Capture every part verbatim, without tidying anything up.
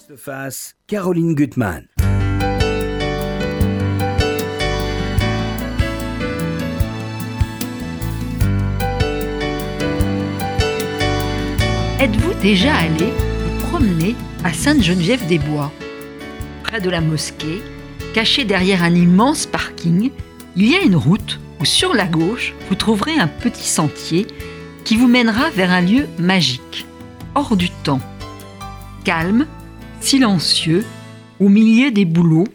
Face to Face, Caroline Gutmann. Êtes-vous déjà allé vous promener à Sainte-Geneviève-des-Bois? Près de la mosquée, caché derrière un immense parking, il y a une route où sur la gauche, vous trouverez un petit sentier qui vous mènera vers un lieu magique, hors du temps. Calme, silencieux, au milieu des bouleaux,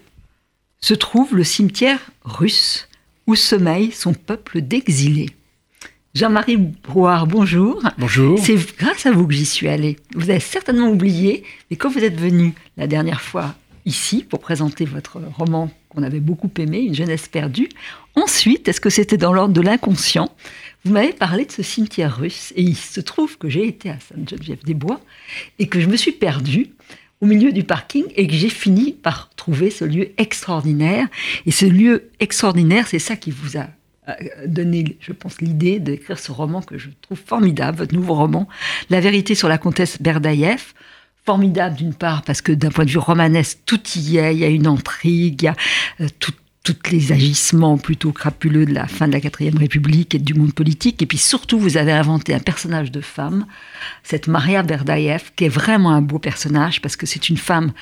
se trouve le cimetière russe où sommeille son peuple d'exilés. Jean-Marie Brouard, bonjour. Bonjour. C'est grâce à vous que j'y suis allée. Vous avez certainement oublié, mais quand vous êtes venu la dernière fois ici pour présenter votre roman qu'on avait beaucoup aimé, Une jeunesse perdue, ensuite, est-ce que c'était dans l'ordre de l'inconscient? Vous m'avez parlé de ce cimetière russe et il se trouve que j'ai été à Sainte-Geneviève-des-Bois et que je me suis perdue au milieu du parking et que j'ai fini par trouver ce lieu extraordinaire. Et ce lieu extraordinaire, c'est ça qui vous a donné, je pense, l'idée d'écrire ce roman que je trouve formidable, votre nouveau roman, La vérité sur la comtesse Berdaïev. Formidable d'une part parce que d'un point de vue romanesque, tout y est, il y a une intrigue, il y a euh, tout tous les agissements plutôt crapuleux de la fin de la quatrième République et du monde politique. Et puis surtout, vous avez inventé un personnage de femme, cette Maria Berdaïev, qui est vraiment un beau personnage parce que c'est une femme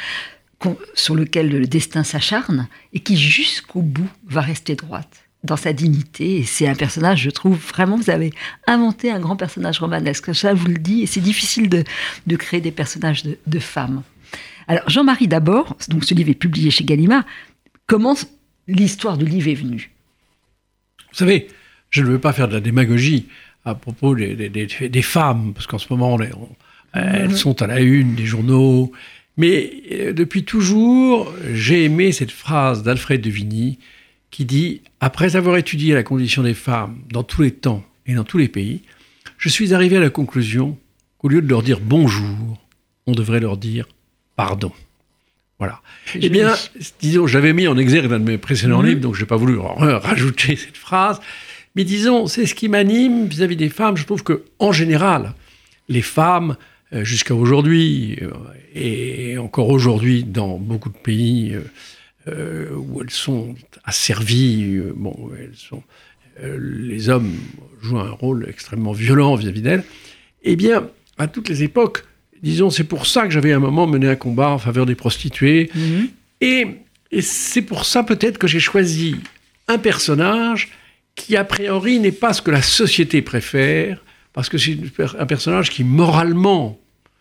sur laquelle le destin s'acharne et qui, jusqu'au bout, va rester droite dans sa dignité. Et c'est un personnage, je trouve, vraiment, vous avez inventé un grand personnage romanesque. Ça, je vous le dis, et c'est difficile de, de créer des personnages de, de femmes. Alors, Jean-Marie, d'abord, donc ce livre est publié chez Gallimard. Comment l'histoire du livre est venue? Vous savez, je ne veux pas faire de la démagogie à propos des, des, des, des femmes, parce qu'en ce moment, on, on, elles sont à la une des journaux. Mais euh, depuis toujours, j'ai aimé cette phrase d'Alfred de Vigny qui dit « Après avoir étudié la condition des femmes dans tous les temps et dans tous les pays, je suis arrivé à la conclusion qu'au lieu de leur dire bonjour, on devrait leur dire pardon. » Voilà. Eh bien, disons, j'avais mis en exergue dans de mes précédents mmh. livres, donc je n'ai pas voulu rajouter cette phrase. Mais disons, c'est ce qui m'anime vis-à-vis des femmes. Je trouve qu'en général, les femmes, euh, jusqu'à aujourd'hui, euh, et encore aujourd'hui dans beaucoup de pays euh, euh, où elles sont asservies, euh, bon, elles sont, euh, les hommes jouent un rôle extrêmement violent vis-à-vis d'elles, eh bien, à toutes les époques, disons, c'est pour ça que j'avais à un moment mené un combat en faveur des prostituées. Mmh. Et, et c'est pour ça peut-être que j'ai choisi un personnage qui, a priori, n'est pas ce que la société préfère, parce que c'est un personnage qui, moralement,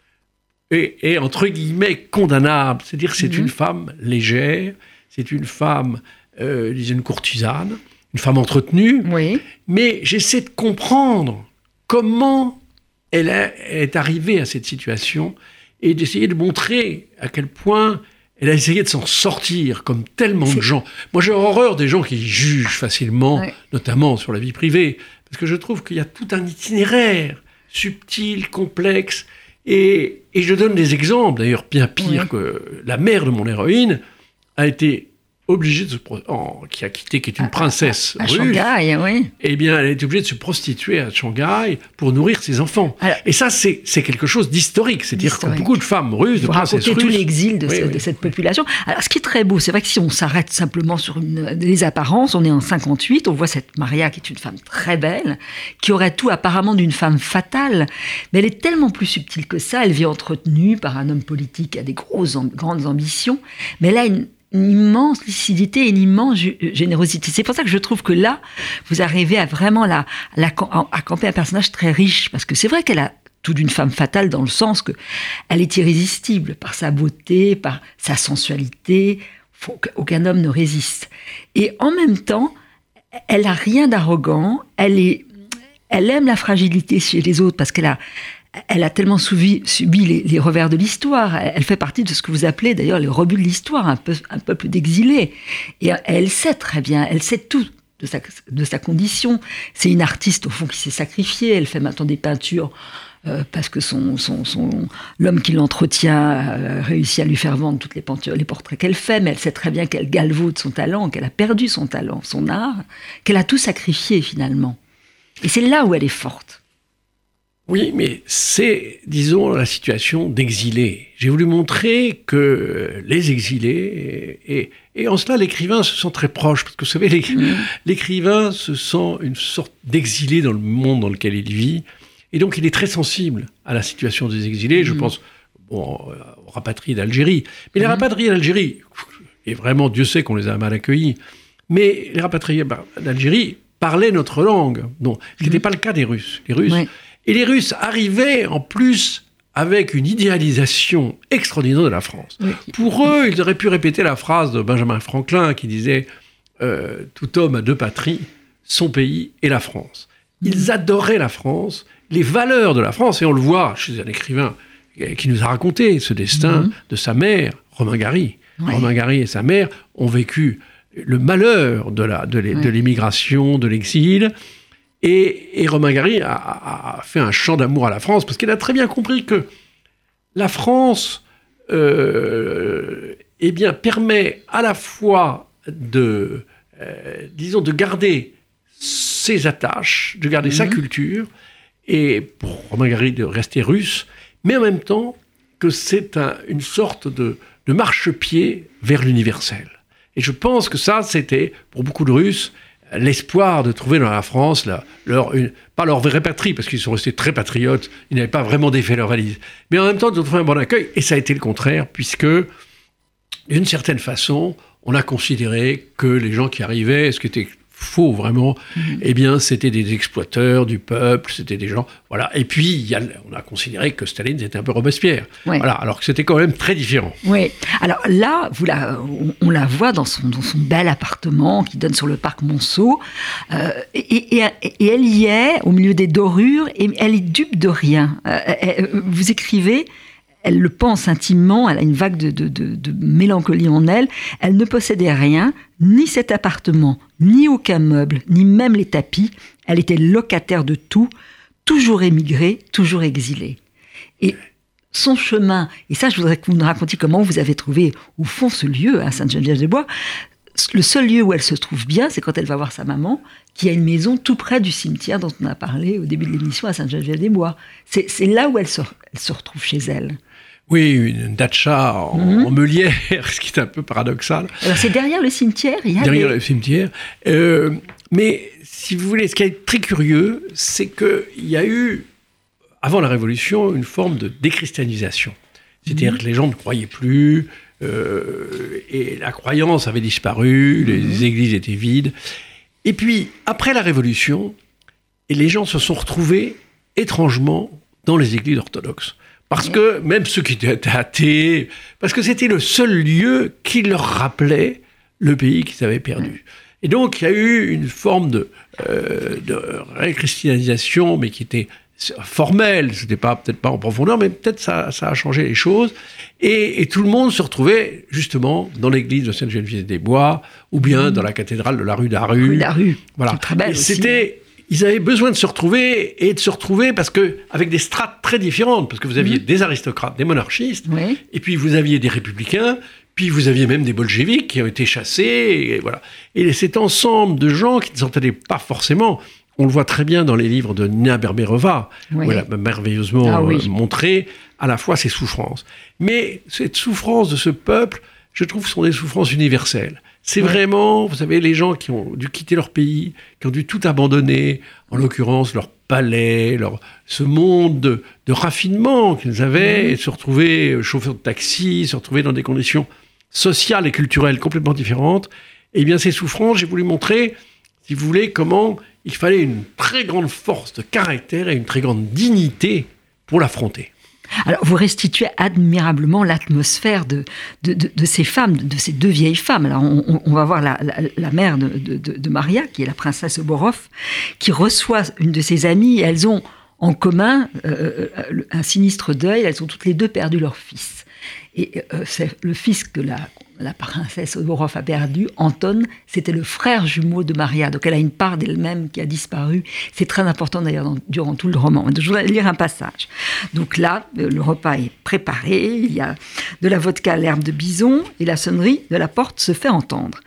est, est entre guillemets condamnable. C'est-à-dire que c'est mmh. une femme légère, c'est une femme, euh, disons, une courtisane, une femme entretenue. Oui. Mais j'essaie de comprendre comment elle est arrivée à cette situation et d'essayer de montrer à quel point elle a essayé de s'en sortir, comme tellement c'est... de gens. Moi, j'ai horreur des gens qui jugent facilement, ouais. notamment sur la vie privée, parce que je trouve qu'il y a tout un itinéraire subtil, complexe, et, et je donne des exemples, d'ailleurs bien pire ouais. que la mère de mon héroïne a été obligée de se pro- en, qui a quitté, qui est une à, princesse à, à russe. Shanghai, oui. Eh bien, elle a été obligée de se prostituer à Shanghai pour nourrir ses enfants. Alors, et ça, c'est, c'est quelque chose d'historique. C'est-à-dire d'historique. Que beaucoup de femmes russes, de princesses russes... tout l'exil de, oui, ce, oui. de cette population. Alors, ce qui est très beau, c'est vrai que si on s'arrête simplement sur une, les apparences, on est en cinquante-huit, on voit cette Maria qui est une femme très belle, qui aurait tout apparemment d'une femme fatale, mais elle est tellement plus subtile que ça. Elle vit entretenue par un homme politique qui a des grosses, grandes ambitions, mais elle a une une immense lucidité et une immense générosité. C'est pour ça que je trouve que là, vous arrivez à vraiment la, la, à camper un personnage très riche, parce que c'est vrai qu'elle a tout d'une femme fatale dans le sens que elle est irrésistible par sa beauté, par sa sensualité. Faut qu'aucun homme ne résiste. Et en même temps, elle a rien d'arrogant. Elle est, elle aime la fragilité chez les autres parce qu'elle a Elle a tellement subi, subi les, les revers de l'histoire. Elle fait partie de ce que vous appelez d'ailleurs les rebuts de l'histoire, un, peu, un peuple d'exilés. Et elle sait très bien, elle sait tout de sa, de sa condition. C'est une artiste au fond qui s'est sacrifiée. Elle fait maintenant des peintures euh, parce que son, son, son, l'homme qui l'entretient a réussi à lui faire vendre toutes les, peintures, les portraits qu'elle fait. Mais elle sait très bien qu'elle galvaude son talent, qu'elle a perdu son talent, son art, qu'elle a tout sacrifié finalement. Et c'est là où elle est forte. Oui, mais c'est, disons, la situation d'exilés. J'ai voulu montrer que les exilés, et, et, et en cela, l'écrivain se sent très proche, parce que vous savez, mmh. l'écrivain se sent une sorte d'exilé dans le monde dans lequel il vit, et donc il est très sensible à la situation des exilés. Mmh. Je pense bon, aux rapatriés d'Algérie. Mais mmh. les rapatriés d'Algérie, et vraiment, Dieu sait qu'on les a mal accueillis, mais les rapatriés d'Algérie parlaient notre langue, non, ce qui n'était mmh. pas le cas des Russes. Les Russes... Ouais. Et les Russes arrivaient en plus avec une idéalisation extraordinaire de la France. Oui. Pour eux, ils auraient pu répéter la phrase de Benjamin Franklin qui disait euh, « Tout homme a deux patries, son pays et la France ». Ils adoraient la France, les valeurs de la France, et on le voit chez un écrivain qui nous a raconté ce destin mmh. de sa mère, Romain Gary. Oui. Romain Gary et sa mère ont vécu le malheur de, la, de, l'é, oui. de l'émigration, de l'exil. Et, et Romain Gary a, a fait un chant d'amour à la France, parce qu'il a très bien compris que la France euh, eh bien, permet à la fois de, euh, disons, de garder ses attaches, de garder mmh. sa culture, et pour Romain Gary de rester russe, mais en même temps que c'est un, une sorte de, de marchepied vers l'universel. Et je pense que ça, c'était, pour beaucoup de Russes, l'espoir de trouver dans la France, la, leur, une, pas leur vraie patrie, parce qu'ils sont restés très patriotes, ils n'avaient pas vraiment défait leur valise, mais en même temps de trouver un bon accueil, et ça a été le contraire, puisque, d'une certaine façon, on a considéré que les gens qui arrivaient, ce qui était faux vraiment, mmh. eh bien c'était des exploiteurs du peuple, c'était des gens, voilà, et puis il y a, on a considéré que Staline c'était un peu Robespierre, ouais. voilà, alors que c'était quand même très différent. Oui, alors là, vous la, on, on la voit dans son, dans son bel appartement qui donne sur le parc Monceau, euh, et, et, et elle y est, au milieu des dorures, et elle est dupe de rien. Euh, elle, vous écrivez... Elle le pense intimement, elle a une vague de, de, de, de mélancolie en elle. Elle ne possédait rien, ni cet appartement, ni aucun meuble, ni même les tapis. Elle était locataire de tout, toujours émigrée, toujours exilée. Et son chemin, et ça je voudrais que vous nous racontiez comment vous avez trouvé au fond ce lieu, à Sainte-Geneviève-des-Bois. Le seul lieu où elle se trouve bien, c'est quand elle va voir sa maman, qui a une maison tout près du cimetière dont on a parlé au début de l'émission à Sainte-Geneviève-des-Bois. C'est, c'est là où elle se, elle se retrouve chez elle. Oui, une datcha en, mmh. en meulière, ce qui est un peu paradoxal. Alors c'est derrière le cimetière, il y a derrière des... le cimetière. Euh, mais si vous voulez, ce qui est très curieux, c'est qu'il y a eu, avant la Révolution, une forme de déchristianisation. C'est-à-dire mmh. que les gens ne croyaient plus, euh, et la croyance avait disparu, mmh. les églises étaient vides. Et puis, après la Révolution, et les gens se sont retrouvés étrangement dans les églises orthodoxes. Parce que même ceux qui étaient athées, parce que c'était le seul lieu qui leur rappelait le pays qu'ils avaient perdu. Et donc, il y a eu une forme de, euh, de réchristianisation, mais qui était formelle, c'était pas, peut-être pas en profondeur, mais peut-être ça, ça a changé les choses. Et, et tout le monde se retrouvait justement dans l'église de Sainte-Geneviève-des-Bois, ou bien mmh. dans la cathédrale de la rue d'Aru. Rue d'Aru, voilà. Très belle et aussi. C'était... Ils avaient besoin de se retrouver, et de se retrouver parce que, avec des strates très différentes, parce que vous aviez mmh. des aristocrates, des monarchistes, oui. et puis vous aviez des républicains, puis vous aviez même des bolcheviks qui ont été chassés, et voilà. Et cet ensemble de gens qui ne s'entendaient pas forcément, on le voit très bien dans les livres de Nina Berberova, oui. où elle a merveilleusement ah, oui. montré à la fois ses souffrances. Mais cette souffrance de ce peuple, je trouve, sont des souffrances universelles. C'est ouais. vraiment, vous savez, les gens qui ont dû quitter leur pays, qui ont dû tout abandonner, en l'occurrence leur palais, leur, ce monde de, de raffinement qu'ils avaient, mmh. et se retrouver chauffeur de taxi, se retrouver dans des conditions sociales et culturelles complètement différentes. Eh bien, ces souffrances, j'ai voulu montrer, si vous voulez, comment il fallait une très grande force de caractère et une très grande dignité pour l'affronter. Alors, vous restituez admirablement l'atmosphère de, de, de, de ces femmes, de ces deux vieilles femmes. Alors, on, on va voir la, la, la mère de, de, de Maria, qui est la princesse Oborov, qui reçoit une de ses amies. Elles ont en commun euh, un sinistre deuil. Elles ont toutes les deux perdu leur fils. Et euh, c'est le fils que la, la princesse Oborov a perdu, Anton, c'était le frère jumeau de Maria. Donc elle a une part d'elle-même qui a disparu. C'est très important d'ailleurs dans, durant tout le roman. Je voudrais lire un passage. Donc là, le repas est préparé. Il y a de la vodka à l'herbe de bison et la sonnerie de la porte se fait entendre.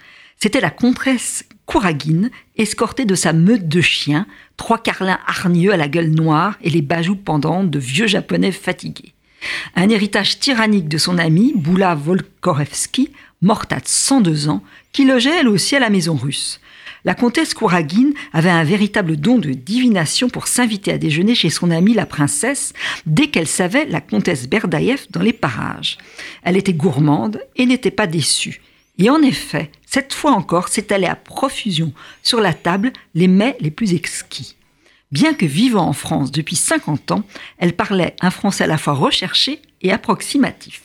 C'était la comtesse Kouragine, escortée de sa meute de chiens, trois carlins hargneux à la gueule noire et les bajoux pendants de vieux japonais fatigués. Un héritage tyrannique de son ami, Boula Volkorevski, morte à cent deux ans, qui logeait elle aussi à la maison russe. La comtesse Kouragine avait un véritable don de divination pour s'inviter à déjeuner chez son amie la princesse dès qu'elle savait la comtesse Berdaïev dans les parages. Elle était gourmande et n'était pas déçue. Et en effet, cette fois encore, s'étalaient à profusion sur la table les mets les plus exquis. Bien que vivant en France depuis cinquante ans, elle parlait un français à la fois recherché et approximatif.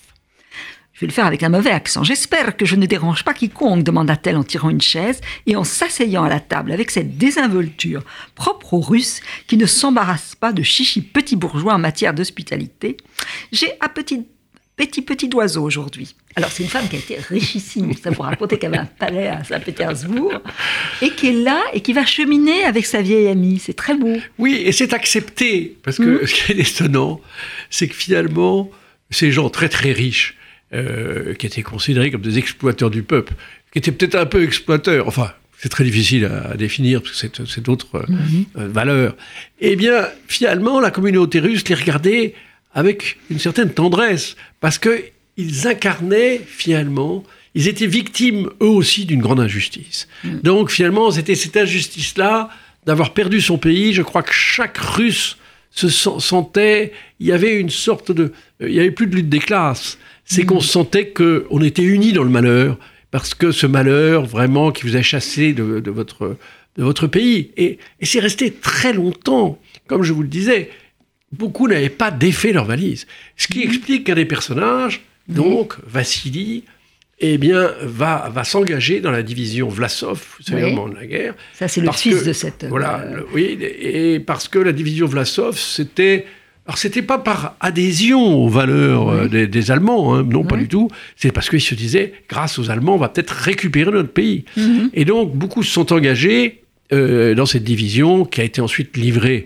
Je vais le faire avec un mauvais accent. « J'espère que je ne dérange pas quiconque », demanda-t-elle en tirant une chaise et en s'asseyant à la table avec cette désinvolture propre aux Russes qui ne s'embarrassent pas de chichi petits bourgeois en matière d'hospitalité. « J'ai un petit, petit, petit oiseau aujourd'hui. » Alors, c'est une femme qui a été richissime. Ça vous raconter qu'elle avait un palais à Saint-Pétersbourg et qui est là et qui va cheminer avec sa vieille amie. C'est très beau. Oui, et c'est accepté. Parce que mmh. ce qui est étonnant, c'est que finalement, ces gens très, très riches, Euh, qui étaient considérés comme des exploiteurs du peuple, qui étaient peut-être un peu exploiteurs, enfin, c'est très difficile à, à définir, parce que c'est, c'est d'autres mm-hmm. euh, valeurs. Eh bien, finalement, la communauté russe les regardait avec une certaine tendresse, parce qu'ils incarnaient, finalement, ils étaient victimes, eux aussi, d'une grande injustice. Mm. Donc, finalement, c'était cette injustice-là, d'avoir perdu son pays. Je crois que chaque Russe se sentait... Il y avait une sorte de... Il n'y avait plus de lutte des classes. C'est qu'on sentait qu'on était unis dans le malheur, parce que ce malheur, vraiment, qui vous a chassé de, de, votre, de votre pays. Et, et c'est resté très longtemps. Comme je vous le disais, beaucoup n'avaient pas défait leur valise. Ce qui mmh. explique qu'un des personnages, donc, mmh. Vassili, eh bien, va, va s'engager dans la division Vlasov, vous savez, oui. au moment de la guerre. Ça, c'est le fils que, de cette... Voilà, euh... le, oui, et parce que la division Vlasov, c'était... Alors, c'était pas par adhésion aux valeurs oui. euh, des, des Allemands, hein, non, oui. pas du tout. C'est parce qu'ils se disaient, grâce aux Allemands, on va peut-être récupérer notre pays. Mm-hmm. Et donc, beaucoup se sont engagés euh, dans cette division qui a été ensuite livrée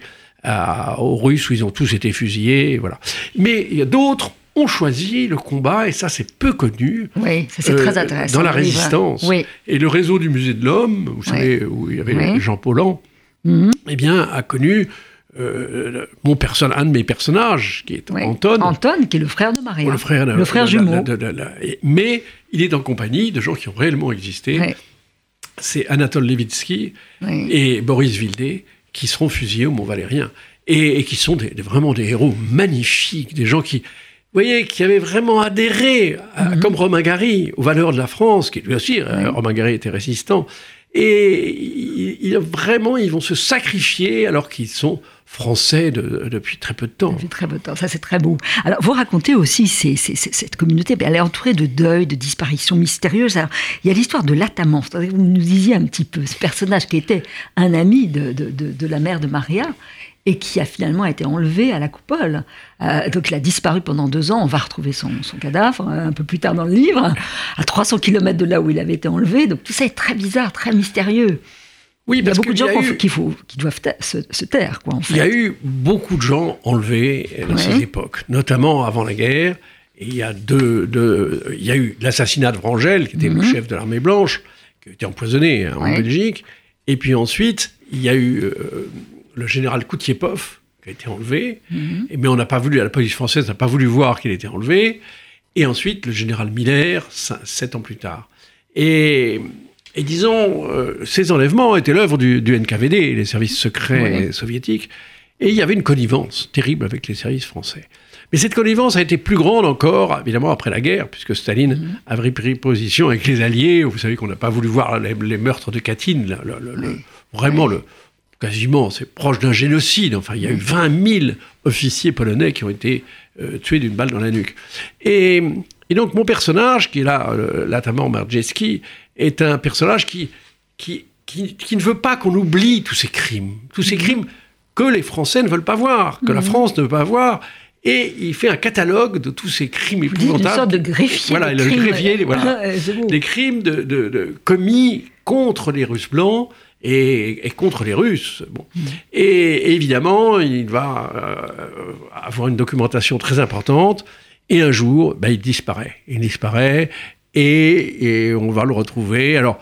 à, aux Russes, où ils ont tous été fusillés. Voilà. Mais il y a d'autres ont choisi le combat, et ça, c'est peu connu. Oui, ça, c'est euh, très intéressant. Dans la résistance. Oui. Et le réseau du Musée de l'Homme, vous oui. savez, où il y avait oui. Jean Paulhan, mm-hmm. eh bien, a connu... Euh, mon perso- un de mes personnages, qui est oui. Anton. Anton, qui est le frère de Maria. Le frère, le frère de, jumeau. De, de, de, de, mais il est en compagnie de gens qui ont réellement existé. Oui. C'est Anatole Levitsky oui. et Boris Vildé, qui seront fusillés au Mont-Valérien. Et, et qui sont des, des, vraiment des héros magnifiques, des gens qui, vous voyez, qui avaient vraiment adhéré, à, mm-hmm. comme Romain Gary, aux valeurs de la France, qui lui aussi, oui. Romain Gary était résistant. Et ils, ils, vraiment, ils vont se sacrifier alors qu'ils sont français de, depuis très peu de temps. Depuis très peu de temps, ça c'est très beau. Alors, vous racontez aussi ces, ces, ces, cette communauté, elle est entourée de deuils, de disparitions mystérieuses. Alors, il y a l'histoire de l'Ataman, vous nous disiez un petit peu, ce personnage qui était un ami de, de, de, de la mère de Maria, et qui a finalement été enlevé à la coupole. Euh, donc il a disparu pendant deux ans, on va retrouver son, son cadavre euh, un peu plus tard dans le livre, à trois cents kilomètres de là où il avait été enlevé, donc tout ça est très bizarre, très mystérieux. Oui, il y a beaucoup de gens eu... qui, faut, qui doivent ta- se, se taire, quoi, en fait. Il y a eu beaucoup de gens enlevés dans ouais. ces époques, notamment avant la guerre, et il y a, deux, deux, il y a eu l'assassinat de Wrangel, qui était mm-hmm. le chef de l'armée blanche, qui a été empoisonné hein, ouais. en Belgique, et puis ensuite, il y a eu... Euh, le général Koutiepov, qui a été enlevé, mm-hmm. mais on n'a pas voulu, la police française n'a pas voulu voir qu'il était enlevé, et ensuite le général Miller, sept ans plus tard. Et, et disons, euh, ces enlèvements étaient l'œuvre du, du N K V D, les services secrets oui. soviétiques, et il y avait une connivence terrible avec les services français. Mais cette connivence a été plus grande encore, évidemment, après la guerre, puisque Staline mm-hmm. avait pris position avec les Alliés. Vous savez qu'on n'a pas voulu voir les, les meurtres de Katyn, le, le, le, oui. vraiment oui. le... Quasiment, c'est proche d'un génocide. Enfin, il y a eu vingt mille officiers polonais qui ont été euh, tués d'une balle dans la nuque. Et, et donc, mon personnage, qui est là, euh, l'Ataman Marjeski, est un personnage qui, qui, qui, qui ne veut pas qu'on oublie tous ces crimes. Tous ces crimes que les Français ne veulent pas voir, que mmh. la France ne veut pas voir. Et il fait un catalogue de tous ces crimes épouvantables. Une sorte de greffier. Voilà, de le crimes. greffier, les, voilà, des crimes de, de, de, commis contre les Russes blancs, Et, et contre les Russes. Bon. Mmh. Et, et évidemment, il va euh, avoir une documentation très importante, et un jour, ben, il disparaît. Il disparaît, et, et on va le retrouver. Alors,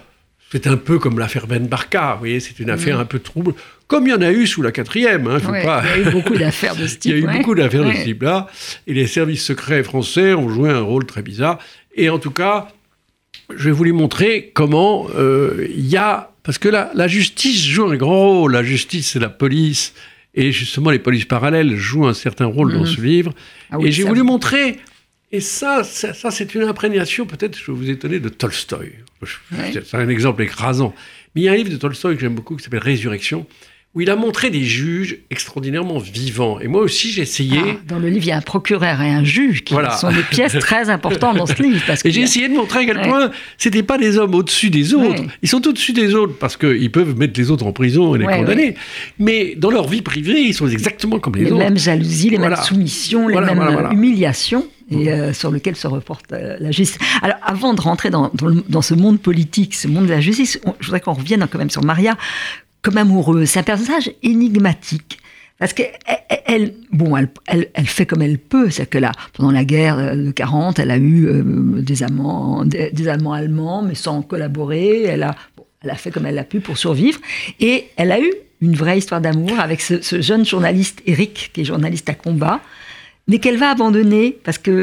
c'est un peu comme l'affaire Ben Barka, vous voyez, c'est une affaire mmh. un peu trouble, comme il y en a eu sous la quatrième. Hein, faut ouais, pas... Il y a eu beaucoup d'affaires de ce type. Il y a eu ouais. beaucoup d'affaires ouais. de ce type-là, et les services secrets français ont joué un rôle très bizarre. Et en tout cas, je vais vous les montrer comment il euh, y a... Parce que la, la justice joue un grand rôle. La justice, c'est la police. Et justement, les polices parallèles jouent un certain rôle mmh. dans ce livre. Ah oui, et j'ai voulu montrer... Et ça, ça, ça, c'est une imprégnation, peut-être, je vais vous étonner, de Tolstoï. Ouais. C'est un exemple écrasant. Mais il y a un livre de Tolstoï que j'aime beaucoup, qui s'appelle « Résurrection », où il a montré des juges extraordinairement vivants. Et moi aussi, j'ai essayé... Ah, dans le livre, il y a un procureur et un juge qui voilà. sont des pièces très importantes dans ce livre. Parce et j'ai a... essayé de montrer à quel ouais. point ce n'étaient pas des hommes au-dessus des autres. Ouais. Ils sont au-dessus des autres parce qu'ils peuvent mettre les autres en prison et les ouais, condamner. Ouais. Mais dans leur vie privée, ils sont exactement comme les, les autres. Les mêmes jalousies, les voilà. mêmes soumissions, les voilà, mêmes voilà, voilà. humiliations. Et euh, sur lequel se reporte euh, la justice. Alors, avant de rentrer dans, dans, le, dans ce monde politique, ce monde de la justice, on, je voudrais qu'on revienne quand même sur Maria comme amoureuse. C'est un personnage énigmatique. Parce qu'elle, elle, bon, elle, elle, elle fait comme elle peut. C'est que là, pendant la guerre de quarante, elle a eu euh, des amants, des, des amants allemands, mais sans collaborer. Elle a, bon, elle a fait comme elle a pu pour survivre. Et elle a eu une vraie histoire d'amour avec ce, ce jeune journaliste, Eric, qui est journaliste à combat, mais qu'elle va abandonner parce que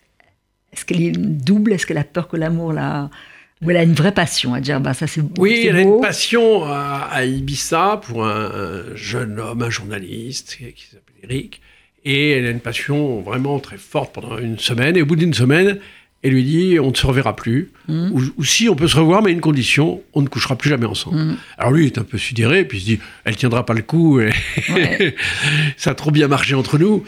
est-ce qu'elle est double, est-ce qu'elle a peur que l'amour la ou elle a une vraie passion à dire bah ça c'est oui c'est elle beau. A une passion à, à Ibiza pour un, un jeune homme, un journaliste qui s'appelle Eric, et elle a une passion vraiment très forte pendant une semaine, et au bout d'une semaine elle lui dit on ne se reverra plus, mmh. ou, ou si on peut se revoir mais à une condition, on ne couchera plus jamais ensemble. Mmh. Alors lui il est un peu sidéré, puis il se dit elle tiendra pas le coup, et ouais. ça a trop bien marché entre nous.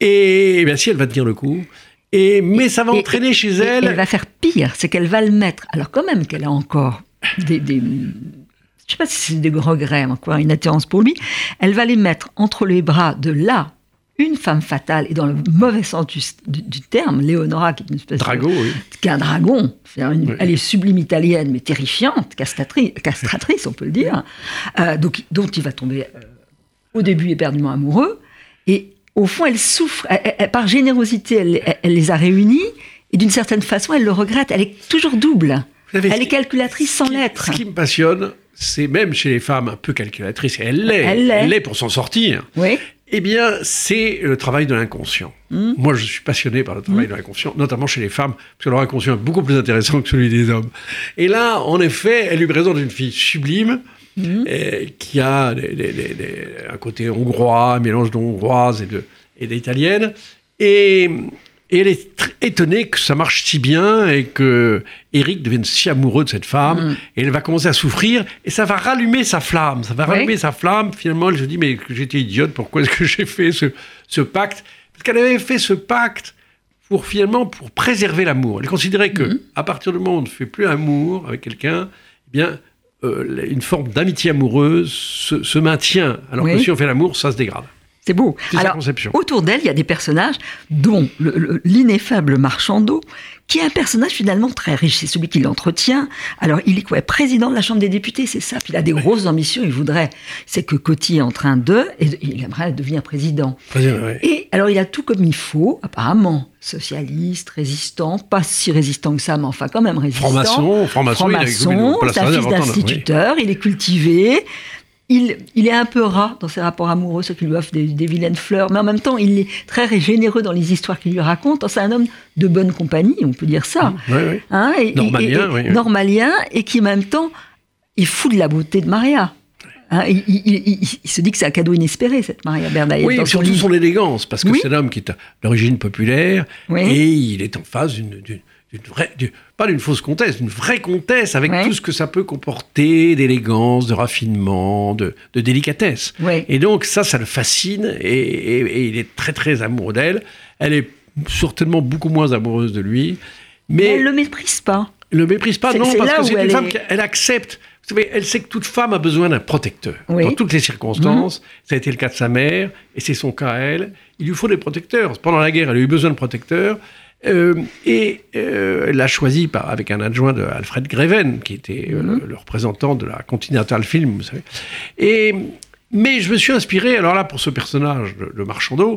Et bien si, elle va tenir le coup. Et, mais ça va et, entraîner et, chez et, elle... Elle va faire pire, c'est qu'elle va le mettre... Alors quand même qu'elle a encore des... des je ne sais pas si c'est des regrets, encore une attirance pour lui. Elle va les mettre entre les bras de là, une femme fatale, et dans le mauvais sens du, du, du terme, Léonora, qui est une espèce dragon, de... oui. Qui est un dragon. C'est une, oui. Elle est sublime italienne, mais terrifiante, castratrice, castratrice on peut le dire, euh, donc, dont il va tomber euh, au début éperdument amoureux. Et au fond, elle souffre. Elle, elle, par générosité, elle, elle, elle les a réunis. Et d'une certaine façon, elle le regrette. Elle est toujours double. Savez, elle est calculatrice sans l'être. Ce qui me passionne, c'est même chez les femmes un peu calculatrices, et elle l'est, elle l'est, elle l'est pour s'en sortir. Oui. Eh bien, c'est le travail de l'inconscient. Mmh. Moi, je suis passionné par le travail mmh. de l'inconscient, notamment chez les femmes, parce que leur inconscient est beaucoup plus intéressant que celui des hommes. Et là, en effet, elle lui présente une fille sublime, Mmh. Et, qui a des, des, des, des, un côté hongrois, un mélange de hongroise et, de, et d'italienne, et, et elle est très étonnée que ça marche si bien et que Eric devienne si amoureux de cette femme, mmh. et elle va commencer à souffrir, et ça va rallumer sa flamme, ça va rallumer oui. sa flamme. Finalement, elle se dit, mais j'étais idiote, pourquoi est-ce que j'ai fait ce, ce pacte ? Parce qu'elle avait fait ce pacte pour finalement pour préserver l'amour. Elle considérait que mmh. à partir du moment où on ne fait plus amour avec quelqu'un, eh bien Euh, une forme d'amitié amoureuse se, se maintient, alors oui. que si on fait l'amour, ça se dégrade. C'est beau. C'est alors, sa conception. Autour d'elle, il y a des personnages, dont le, le, l'ineffable Marchandeau, qui est un personnage finalement très riche. C'est celui qui l'entretient. Alors, il est quoi ? Président de la Chambre des députés, c'est ça. Puis il a des grosses ambitions. Il voudrait, c'est que Coty est en train de, et il aimerait devenir président. Président, oui. Et alors, il a tout comme il faut, apparemment. Socialiste, résistant, pas si résistant que ça, mais enfin quand même résistant. Franc-maçon, franc-maçon, franc-maçon, il a c'est un fils d'instituteur, oui. Il est cultivé. Il, il est un peu rat dans ses rapports amoureux, ceux qui lui offrent des, des vilaines fleurs, mais en même temps, il est très généreux dans les histoires qu'il lui raconte. C'est un homme de bonne compagnie, on peut dire ça. Oui, oui. Hein, et, normalien, et, et, oui, oui. Normalien, et qui en même temps, est fou de la beauté de Maria. Hein, il, il, il, il se dit que c'est un cadeau inespéré, cette Maria Bernayette. Oui, dans surtout son, son élégance, parce que oui. c'est un homme qui est d'origine populaire, oui. et il est en face d'une... d'une D'une vraie, d'une, pas d'une fausse comtesse, d'une vraie comtesse, avec ouais. tout ce que ça peut comporter d'élégance, de raffinement, de, de délicatesse. Ouais. Et donc ça, ça le fascine, et, et, et il est très très amoureux d'elle. Elle est certainement beaucoup moins amoureuse de lui. Mais, mais elle ne le méprise pas. Elle ne le méprise pas, c'est, non, c'est parce que c'est une est... femme qui elle accepte. Vous savez, elle sait que toute femme a besoin d'un protecteur. Oui. Dans toutes les circonstances, mmh. ça a été le cas de sa mère, et c'est son cas à elle. Il lui faut des protecteurs. Pendant la guerre, elle a eu besoin de protecteurs. Euh, et euh, elle l'a choisi par, avec un adjoint de Alfred Greven, qui était euh, mmh. le, le représentant de la Continental Film, vous savez. Et, mais je me suis inspiré, alors là, pour ce personnage de, de Marchandeau,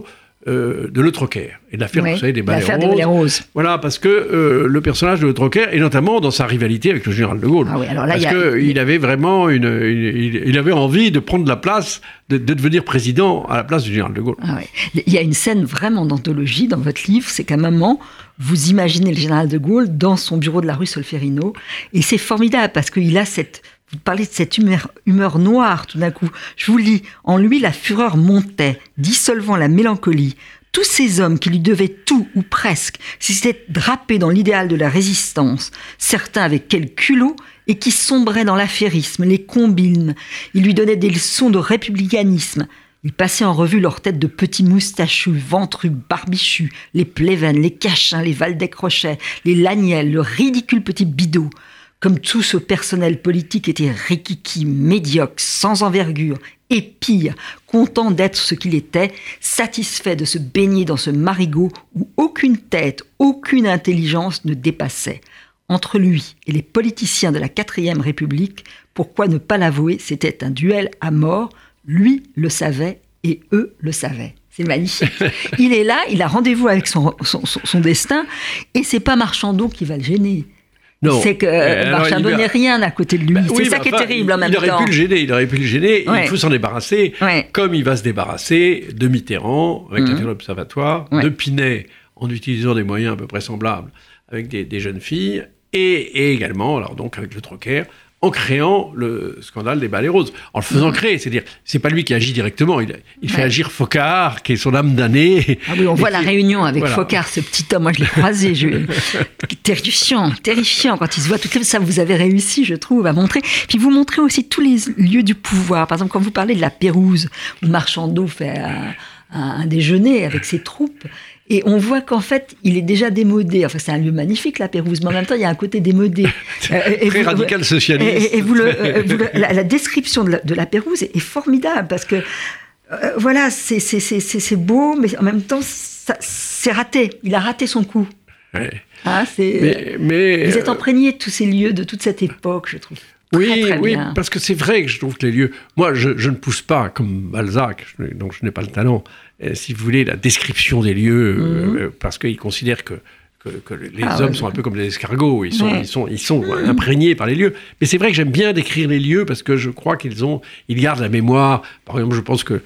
euh, de Le Troquer et de l'affaire, oui, vous savez, des balais l'affaire roses. des balais roses. Voilà, parce que euh, le personnage de Le Troquer, et notamment dans sa rivalité avec le général de Gaulle, Ah oui, alors là, parce il y a- qu'il avait vraiment une, une- il, il avait envie de prendre la place, de, de devenir président à la place du général de Gaulle. Ah ouais. Il y a une scène vraiment d'anthologie dans votre livre, c'est qu'à un moment, vous imaginez le général de Gaulle dans son bureau de la rue Solferino, et c'est formidable parce qu'il a cette... Vous parlez de cette humeur, humeur noire tout d'un coup. Je vous lis, en lui la fureur montait, dissolvant la mélancolie. Tous ces hommes qui lui devaient tout, ou presque, s'étaient drapés dans l'idéal de la résistance, certains avec quel culot, et qui sombraient dans l'affairisme, les combines. Ils lui donnaient des leçons de républicanisme. Ils passaient en revue leurs têtes de petits moustachus, ventrus, barbichus, les Pléven, les Cachin, les Valdec-Rochet, les Laniel, le ridicule petit Bidot. Comme tout ce personnel politique était rikiki, médiocre, sans envergure, et pire, content d'être ce qu'il était, satisfait de se baigner dans ce marigot où aucune tête, aucune intelligence ne dépassait. Entre lui et les politiciens de la quatrième République, pourquoi ne pas l'avouer, c'était un duel à mort. Lui le savait et eux le savaient. C'est magnifique. Il est là, il a rendez-vous avec son, son, son, son destin, et c'est pas Marchandot qui va le gêner. Non. C'est que Euh, alors, Marchandot il va- n'est rien à côté de lui. Bah c'est oui, ça bah, qui est enfin, terrible en il, même il aurait temps. pu le gêner, il aurait pu le gêner, Ouais. il faut s'en débarrasser, Ouais. comme il va se débarrasser de Mitterrand avec Mhm. l'affaire de l'Observatoire, Ouais. de Pinet en utilisant des moyens à peu près semblables avec des, des jeunes filles, et, et également, alors donc avec le Troquer, en créant le scandale des balais roses, en le faisant créer, c'est-à-dire, c'est pas lui qui agit directement, il, il fait Ouais. agir Focard, qui est son âme damnée. Ah oui, on voit Et la qui- réunion avec voilà. Focard, ce petit homme. Moi, je l'ai croisé. Je... Terrifiant, terrifiant quand il se voit. Tout ça, vous avez réussi, je trouve, à montrer. Puis vous montrez aussi tous les lieux du pouvoir. Par exemple, quand vous parlez de la Pérouse, où Marchandot fait un, un, un déjeuner avec ses troupes. Et on voit qu'en fait, il est déjà démodé. Enfin, c'est un lieu magnifique, la Pérouse, mais en même temps, il y a un côté démodé. Euh, et Très vous- radical socialiste. Et, et vous le, euh, vous le- la, la description de la, de la Pérouse est, est formidable, parce que, euh, voilà, c'est, c'est, c'est, c'est, c'est beau, mais en même temps, ça, c'est raté. Il a raté son coup. Ouais. Hein, c'est, Mais, mais, vous êtes euh, imprégné de tous ces lieux, de toute cette époque, je trouve. Oui, Très, très oui, bien. parce que c'est vrai que je trouve que les lieux... Moi, je, je ne pousse pas, comme Balzac, je, donc je n'ai pas le talent, euh, si vous voulez, la description des lieux, Mhm. euh, parce qu'il considère que, que, que les Ah hommes ouais. sont un peu comme des escargots, ils sont, Ouais. ils sont, ils sont imprégnés par les lieux. Mais c'est vrai que j'aime bien décrire les lieux, parce que je crois qu'ils ont, ils gardent la mémoire. Par exemple, je pense que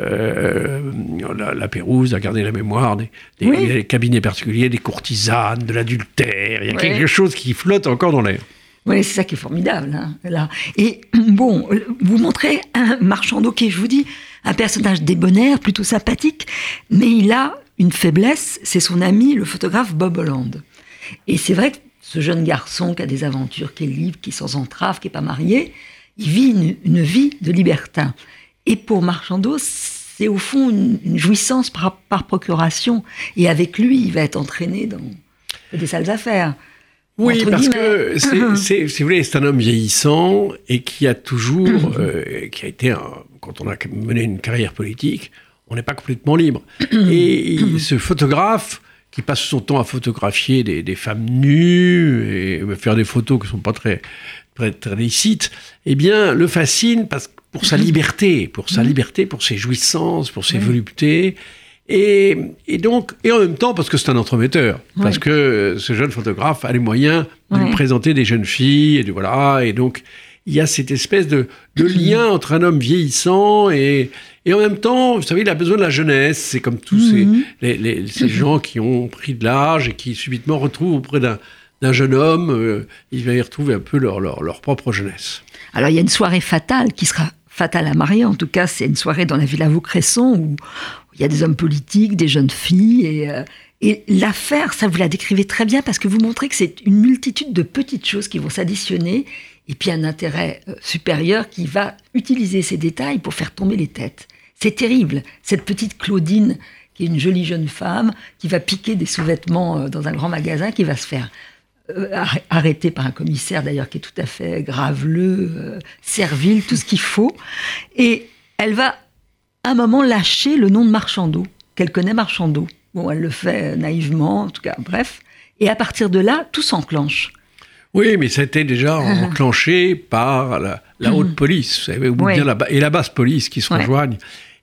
euh, la, la Pérouse a gardé la mémoire des, des, Oui. des cabinets particuliers, des courtisanes, de l'adultère. Il y a Ouais. quelque chose qui flotte encore dans l'air. Oui, c'est ça qui est formidable. Hein, là. Et bon, vous montrez un Marchandot qui est, je vous dis, un personnage débonnaire, plutôt sympathique, mais il a une faiblesse, c'est son ami, le photographe Bob Holland. Et c'est vrai que ce jeune garçon qui a des aventures, qui est libre, qui est sans entrave, qui n'est pas marié, il vit une, une vie de libertin. Et pour Marchandot, c'est au fond une, une jouissance par, par procuration. Et avec lui, il va être entraîné dans des sales affaires. Oui, Entre parce guillemets. que c'est, c'est, si vous voulez, c'est un homme vieillissant et qui a toujours, euh, qui a été, un, quand on a mené une carrière politique, on n'est pas complètement libre. Et il- ce photographe qui passe son temps à photographier des, des femmes nues et faire des photos qui ne sont pas très, très, très licites, eh bien, le fascine parce, que pour sa liberté, pour sa liberté, pour ses jouissances, pour ses voluptés. Et, et donc, et en même temps, parce que c'est un entremetteur, Ouais. parce que ce jeune photographe a les moyens de Ouais. lui présenter des jeunes filles, et de, voilà, et donc il y a cette espèce de, de lien entre un homme vieillissant et, et en même temps, vous savez, il a besoin de la jeunesse. C'est comme tous ces, les, les- ces gens qui ont pris de l'âge et qui subitement retrouvent auprès d'un, d'un jeune homme, euh, ils vont y retrouver un peu leur, leur, leur propre jeunesse. Alors, il y a une soirée fatale qui sera fatale à Marie. En tout cas, c'est une soirée dans la Villa Vaucresson où il y a des hommes politiques, des jeunes filles. Et, euh, et l'affaire, ça, vous la décrivez très bien parce que vous montrez que c'est une multitude de petites choses qui vont s'additionner et puis un intérêt euh, supérieur qui va utiliser ces détails pour faire tomber les têtes. C'est terrible. Cette petite Claudine, qui est une jolie jeune femme, qui va piquer des sous-vêtements euh, dans un grand magasin, qui va se faire Euh, arr- arrêté par un commissaire d'ailleurs qui est tout à fait graveleux, euh, servile, tout ce qu'il faut. Et elle va à un moment lâcher le nom de Marchandot, qu'elle connaît Marchandot. Bon, elle le fait naïvement, en tout cas, bref. Et à partir de là, tout s'enclenche. Oui, mais ça a été déjà enclenché par la, la haute police, vous savez, ou Ouais. bien la, ba- et la basse police qui se Ouais. rejoignent.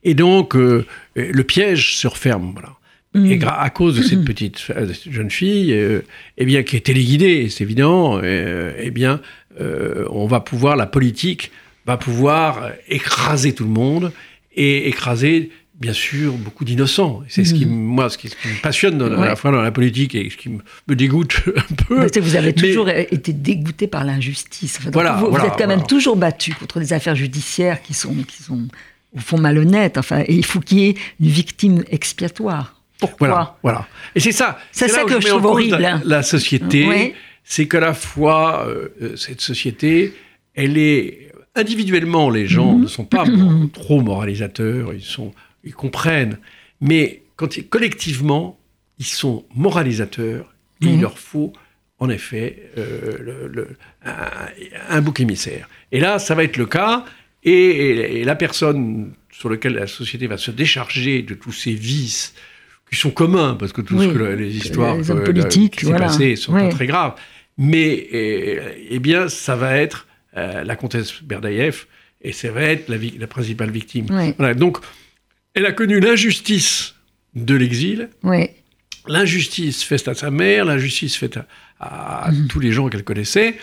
Et donc, euh, le piège se referme, voilà. Mmh. Et gra- à cause de cette petite euh, de cette jeune fille, euh, eh bien, qui est téléguidée, c'est évident, euh, eh bien, euh, on va pouvoir, la politique va pouvoir écraser tout le monde et écraser, bien sûr, beaucoup d'innocents. C'est mmh. ce qui, moi, ce qui, ce qui me passionne dans, ouais. à la fois dans la politique et ce qui me, me dégoûte un peu. Mais vous avez toujours Mais... été dégoûté par l'injustice. Enfin, voilà, vous, voilà, vous êtes quand voilà. même toujours battu contre des affaires judiciaires qui sont, qui sont au fond malhonnêtes. Enfin, et il faut qu'il y ait une victime expiatoire. Pourquoi ? Voilà, voilà. Et c'est ça. C'est, c'est ça là que je, je trouve horrible. La, la société, oui. c'est qu'à la fois, euh, cette société, elle est... Individuellement, les gens mmh. ne sont pas bon, trop moralisateurs, ils, sont, ils comprennent. Mais quand ils, collectivement, ils sont moralisateurs et mmh. il leur faut, en effet, euh, le, le, un, un bouc émissaire. Et là, ça va être le cas. Et, et, et la personne sur laquelle la société va se décharger de tous ces vices qui sont communs, parce que tout oui, ce que les histoires les hommes politiques, qui s'est voilà. passé sont oui. pas très graves. Mais eh, eh bien, ça va être euh, la comtesse Berdaïev, et ça va être la, vi- la principale victime. Oui. Voilà, donc, elle a connu l'injustice de l'exil, oui. l'injustice faite à sa mère, l'injustice faite à, à mmh. tous les gens qu'elle connaissait,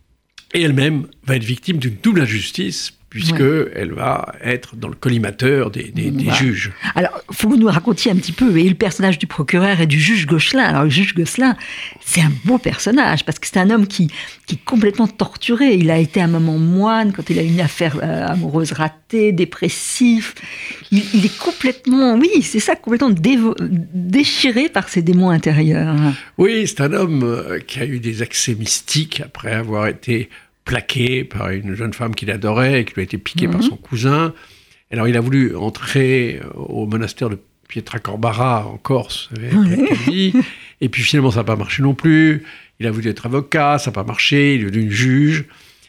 et elle-même va être victime d'une double injustice, puisqu'elle ouais. va être dans le collimateur des, des, des voilà. juges. Alors, il faut que vous nous racontiez un petit peu, et le personnage du procureur et du juge Gosselin. Alors, le juge Gosselin, c'est un beau personnage, parce que c'est un homme qui, qui est complètement torturé. Il a été un moment moine, quand il a eu une affaire euh, amoureuse ratée, dépressif. Il, il est complètement, oui, c'est ça, complètement dévo- déchiré par ses démons intérieurs. Oui, c'est un homme qui a eu des accès mystiques après avoir été plaqué par une jeune femme qu'il adorait et qui lui a été piquée mmh. par son cousin. Alors, il a voulu entrer au monastère de Pietra Corbara, en Corse, mmh. et puis finalement, ça n'a pas marché non plus. Il a voulu être avocat, ça n'a pas marché, il est devenu juge.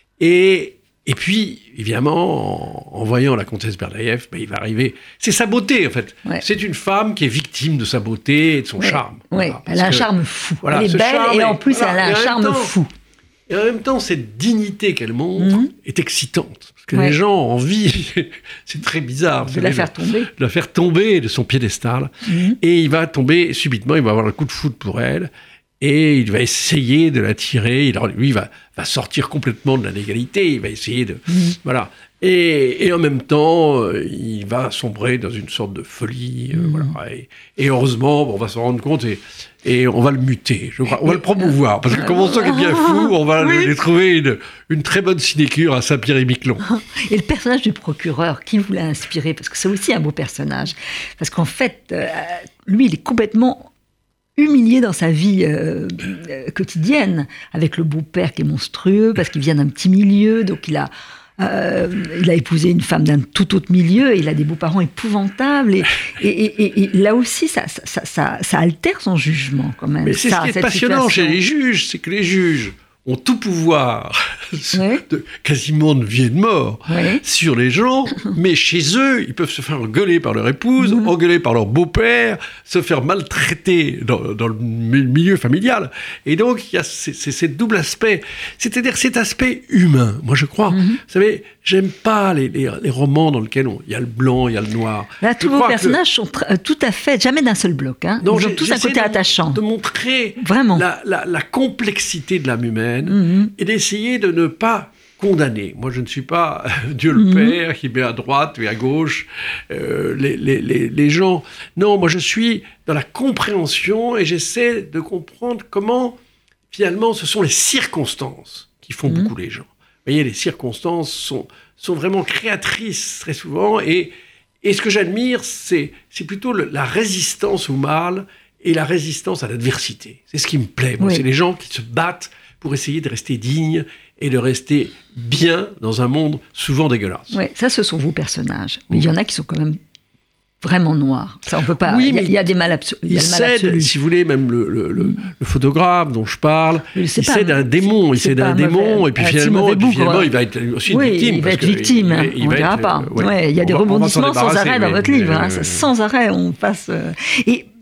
Et, et puis, évidemment, en, en voyant la comtesse Berdaïev, ben, il va arriver... C'est sa beauté, en fait. Ouais. C'est une femme qui est victime de sa beauté et de son ouais. charme. Oui, voilà, elle a un que, charme fou. Voilà, elle est belle et en plus, voilà, elle a un charme temps, fou. Et en même temps, cette dignité qu'elle montre mmh. est excitante. Parce que ouais. les gens ont envie, c'est très bizarre. De la faire tomber. De la faire tomber de son piédestal. Mmh. Et il va tomber subitement, il va avoir un coup de foudre pour elle. Et il va essayer de la tirer. Alors, lui, il va, va sortir complètement de la légalité. Il va essayer de... Mmh. Voilà. Et, et en même temps, euh, il va sombrer dans une sorte de folie. Euh, mmh. voilà. et, et heureusement, bon, on va s'en rendre compte et, et on va le muter. Je crois. On va le promouvoir. Parce que comme on sent qu'il est bien fou, on va oui. lui trouver une, une très bonne sinécure à Saint-Pierre-et-Miquelon. Et le personnage du procureur, qui vous l'a inspiré ? Parce que c'est aussi un beau personnage. Parce qu'en fait, euh, lui, il est complètement humilié dans sa vie euh, euh, quotidienne, avec le beau-père qui est monstrueux, parce qu'il vient d'un petit milieu, donc il a... Euh, il a épousé une femme d'un tout autre milieu et il a des beaux-parents épouvantables et, et, et, et là aussi ça, ça, ça, ça altère son jugement quand même. Mais c'est ça, ce qui est passionnant situation. Chez les juges, c'est que les juges ont tout pouvoir, oui. de, quasiment de vie et de mort, oui. sur les gens, mais chez eux, ils peuvent se faire engueuler par leur épouse, mmh. engueuler par leur beau-père, se faire maltraiter dans, dans le milieu familial. Et donc, il y a c'est, c'est, c'est double aspect, c'est-à-dire cet aspect humain. Moi, je crois, mmh. vous savez, j'aime pas les, les, les romans dans lesquels il y a le blanc, il y a le noir. Là, tous vos personnages que... sont tr- tout à fait, jamais d'un seul bloc. Hein. Non, Ils ont tous un côté de, attachant. De montrer Vraiment. La, la, la complexité de l'âme humaine, Mmh. et d'essayer de ne pas condamner. Moi, je ne suis pas Dieu le mmh. Père qui met à droite et à gauche euh, les, les, les, les gens. Non, moi, je suis dans la compréhension et j'essaie de comprendre comment, finalement, ce sont les circonstances qui font mmh. beaucoup les gens. Vous voyez, les circonstances sont, sont vraiment créatrices très souvent et, et ce que j'admire, c'est, c'est plutôt le, la résistance au mal et la résistance à l'adversité. C'est ce qui me plaît. Moi, oui. C'est les gens qui se battent pour essayer de rester digne et de rester bien dans un monde souvent dégueulasse. Oui, ça, ce sont vos personnages. Mais il y en a qui sont quand même vraiment noirs. Ça, on peut pas... Oui, il, y a, mais il y a des mal, abso- il il y a le mal absolu. Si vous voulez, même le, le, le, le photographe dont je parle, il cède un démon. Il cède un démon, et puis finalement, et puis finalement il va être aussi oui, victime. il va être victime, il, il on ne dira être, pas. Euh, ouais, ouais, il y a des rebondissements sans arrêt dans votre livre. Hein, sans arrêt, on passe... Et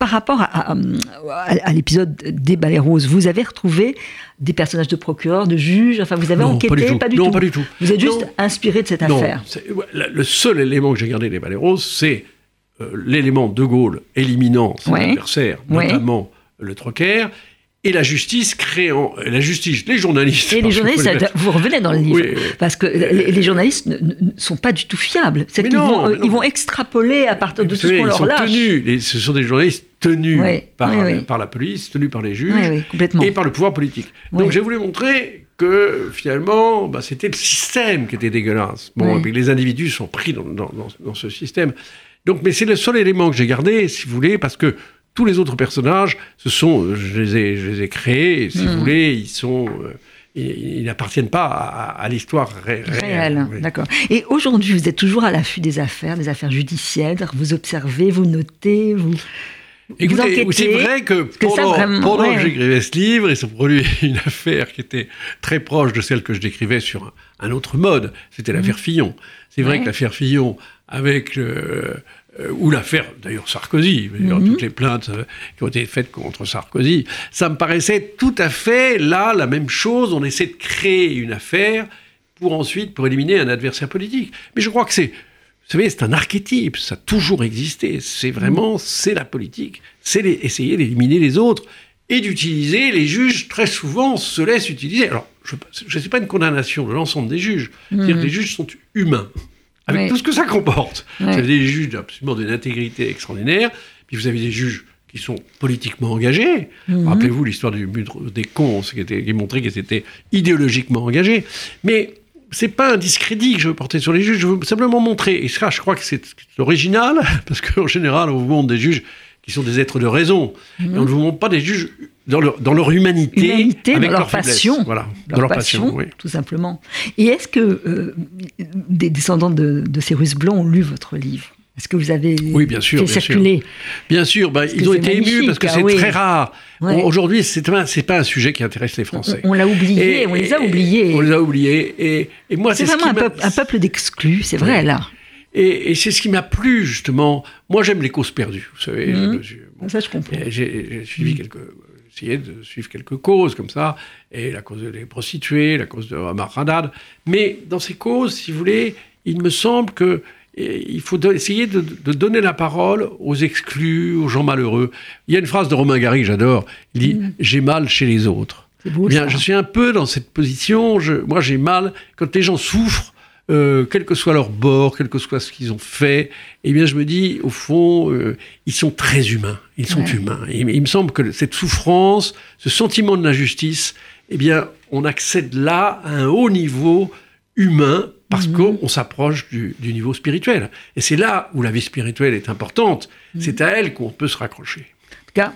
par rapport à, à, à l'épisode des Balais Roses, vous avez retrouvé des personnages de procureurs, de juges, enfin vous avez non, enquêté, pas du tout. Pas du non, tout. pas du tout. Vous êtes juste non. inspiré de cette non, affaire. C'est, le seul élément que j'ai gardé des Balais Roses, c'est euh, l'élément de Gaulle éliminant ses ouais. adversaires, ouais. notamment le Trocker, et la justice créant, la justice, les journalistes. Et les journalistes, vous revenez dans le livre, oui, parce que euh, les, les journalistes ne, ne sont pas du tout fiables. C'est qu'ils non, vont, euh, ils vont extrapoler à partir de tout ce qu'on leur lâche. Tenus, les, ce sont des journalistes tenus oui, par, oui, oui. par la police, tenus par les juges, oui, oui, et par le pouvoir politique. Oui. Donc j'ai voulu montrer que finalement, bah, c'était le système qui était dégueulasse. Bon, oui. et puis les individus sont pris dans, dans, dans, dans ce système. Donc, mais c'est le seul élément que j'ai gardé, si vous voulez, parce que tous les autres personnages, ce sont, je les ai, je les ai créés, et si mmh. vous voulez, ils sont, euh, ils, ils n'appartiennent pas à, à l'histoire ré- réelle. Réelle, oui. D'accord. Et aujourd'hui, vous êtes toujours à l'affût des affaires, des affaires judiciaires. Vous observez, vous notez, vous. Écoutez, vous enquêtez, c'est vrai que pendant, que, vraiment, pendant ouais. que j'écrivais ce livre, il s'est produit une affaire qui était très proche de celle que je décrivais sur un, un autre mode. C'était mmh. l'affaire Fillon. C'est vrai ouais. que l'affaire Fillon, avec le. Euh, ou l'affaire, d'ailleurs, Sarkozy, mm-hmm. toutes les plaintes euh, qui ont été faites contre Sarkozy, ça me paraissait tout à fait, là, la même chose. On essaie de créer une affaire pour ensuite, pour éliminer un adversaire politique. Mais je crois que c'est, vous savez, c'est un archétype, ça a toujours existé. C'est vraiment, c'est la politique. C'est les, essayer d'éliminer les autres et d'utiliser, les juges, très souvent, se laissent utiliser. Alors, je ne sais pas une condamnation de l'ensemble des juges. Mm-hmm. C'est-à-dire que les juges sont humains. Avec oui. tout ce que ça comporte. Oui. Vous avez des juges absolument d'une intégrité extraordinaire, puis vous avez des juges qui sont politiquement engagés. Mm-hmm. Rappelez-vous l'histoire du mur des cons, qui, était, qui montrait qu'ils étaient idéologiquement engagés. Mais c'est pas un discrédit que je veux porter sur les juges, je veux simplement montrer, et ça je crois que c'est original, parce qu'en général on vous montre des juges qui sont des êtres de raison, mm-hmm. et on ne vous montre pas des juges dans leur, dans leur humanité, humanité avec dans leur, leur passion, voilà, leur dans leur passion, passion oui. tout simplement. Et est-ce que euh, des descendants de, de ces Russes blancs ont lu votre livre ? Est-ce que vous avez oui, bien sûr, fait bien circuler ? sûr. Bien sûr, bah, ils ont été émus parce que c'est oui. très rare. Ouais. Aujourd'hui, c'est pas, c'est pas un sujet qui intéresse les Français. On, on l'a oublié, et, on les a oubliés. On les a oubliés. Et, et moi, c'est, c'est vraiment ce qui un, peuple, un peuple d'exclus, c'est vrai, ouais. là. Et, et c'est ce qui m'a plu, justement. Moi, j'aime les causes perdues, vous savez. Mmh. Je, bon, ça, je comprends. J'ai, j'ai suivi mmh. quelques... essayé de suivre quelques causes comme ça, et la cause des prostituées, la cause de Omar Haddad. Mais dans ces causes, si vous voulez, il me semble que il faut do- essayer de, de donner la parole aux exclus, aux gens malheureux. Il y a une phrase de Romain Gary que j'adore, il dit mmh. « J'ai mal chez les autres ». Bien, je suis un peu dans cette position, je, moi j'ai mal quand les gens souffrent, Euh, quel que soit leur bord, quel que soit ce qu'ils ont fait, eh bien, je me dis, au fond, euh, ils sont très humains. Ils sont ouais. humains. Et il me semble que cette souffrance, ce sentiment de l'injustice, eh bien, on accède là à un haut niveau humain parce mmh. qu'on s'approche du, du niveau spirituel. Et c'est là où la vie spirituelle est importante. Mmh. C'est à elle qu'on peut se raccrocher. En tout cas,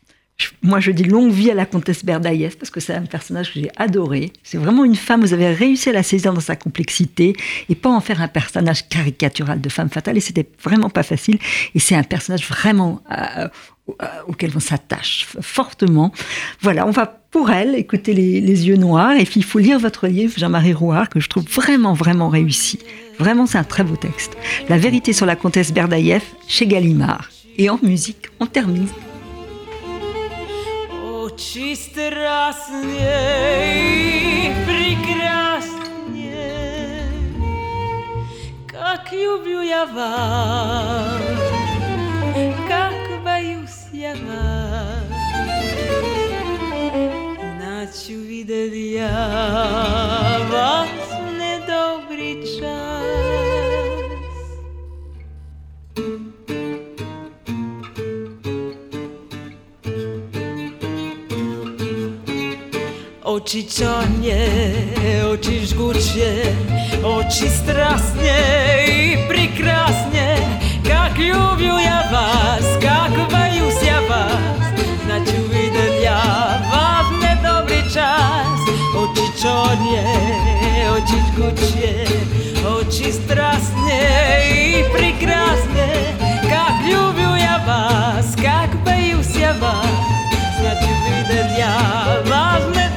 moi, je dis longue vie à la comtesse Berdaïev parce que c'est un personnage que j'ai adoré. C'est vraiment une femme, vous avez réussi à la saisir dans sa complexité et pas en faire un personnage caricatural de femme fatale. Et c'était vraiment pas facile. Et c'est un personnage vraiment euh, euh, auquel on s'attache fortement. Voilà, on va pour elle écouter les, les yeux noirs. Et puis, il faut lire votre livre, Jean-Marie Rouart, que je trouve vraiment, vraiment réussi. Vraiment, c'est un très beau texte. La vérité sur la comtesse Berdaïev chez Gallimard. Et en musique, on termine. Очи страстнее и прекраснее, как люблю я вас, как боюсь я вас, иначе увидел я вас в недобрый час. Oči czarnie, oči żgócie, oči strasnie i прекрасnie, как люблю я вас, как боюсь я вас, значит увидел я вас в недобрый час. Oči czarnie, oči żgócie, oči strasnie i прекрасnie, как люблю я вас, как боюсь я вас, значит увидел я вас в недобрый час.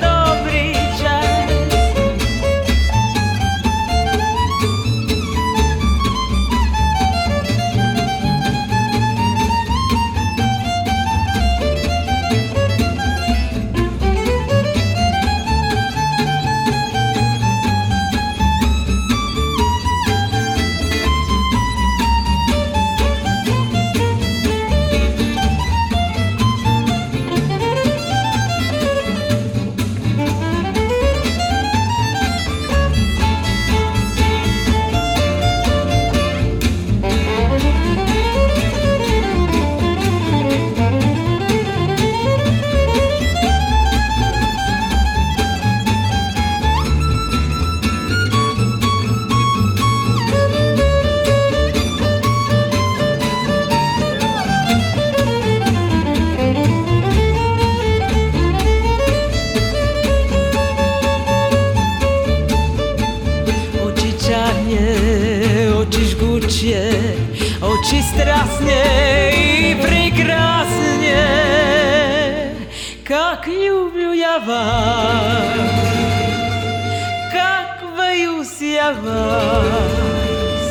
Очи страстнее и прекраснее, как люблю я вас, как боюсь я вас.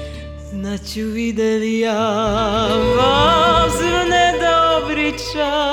Значит, видел я вас в недобрый час.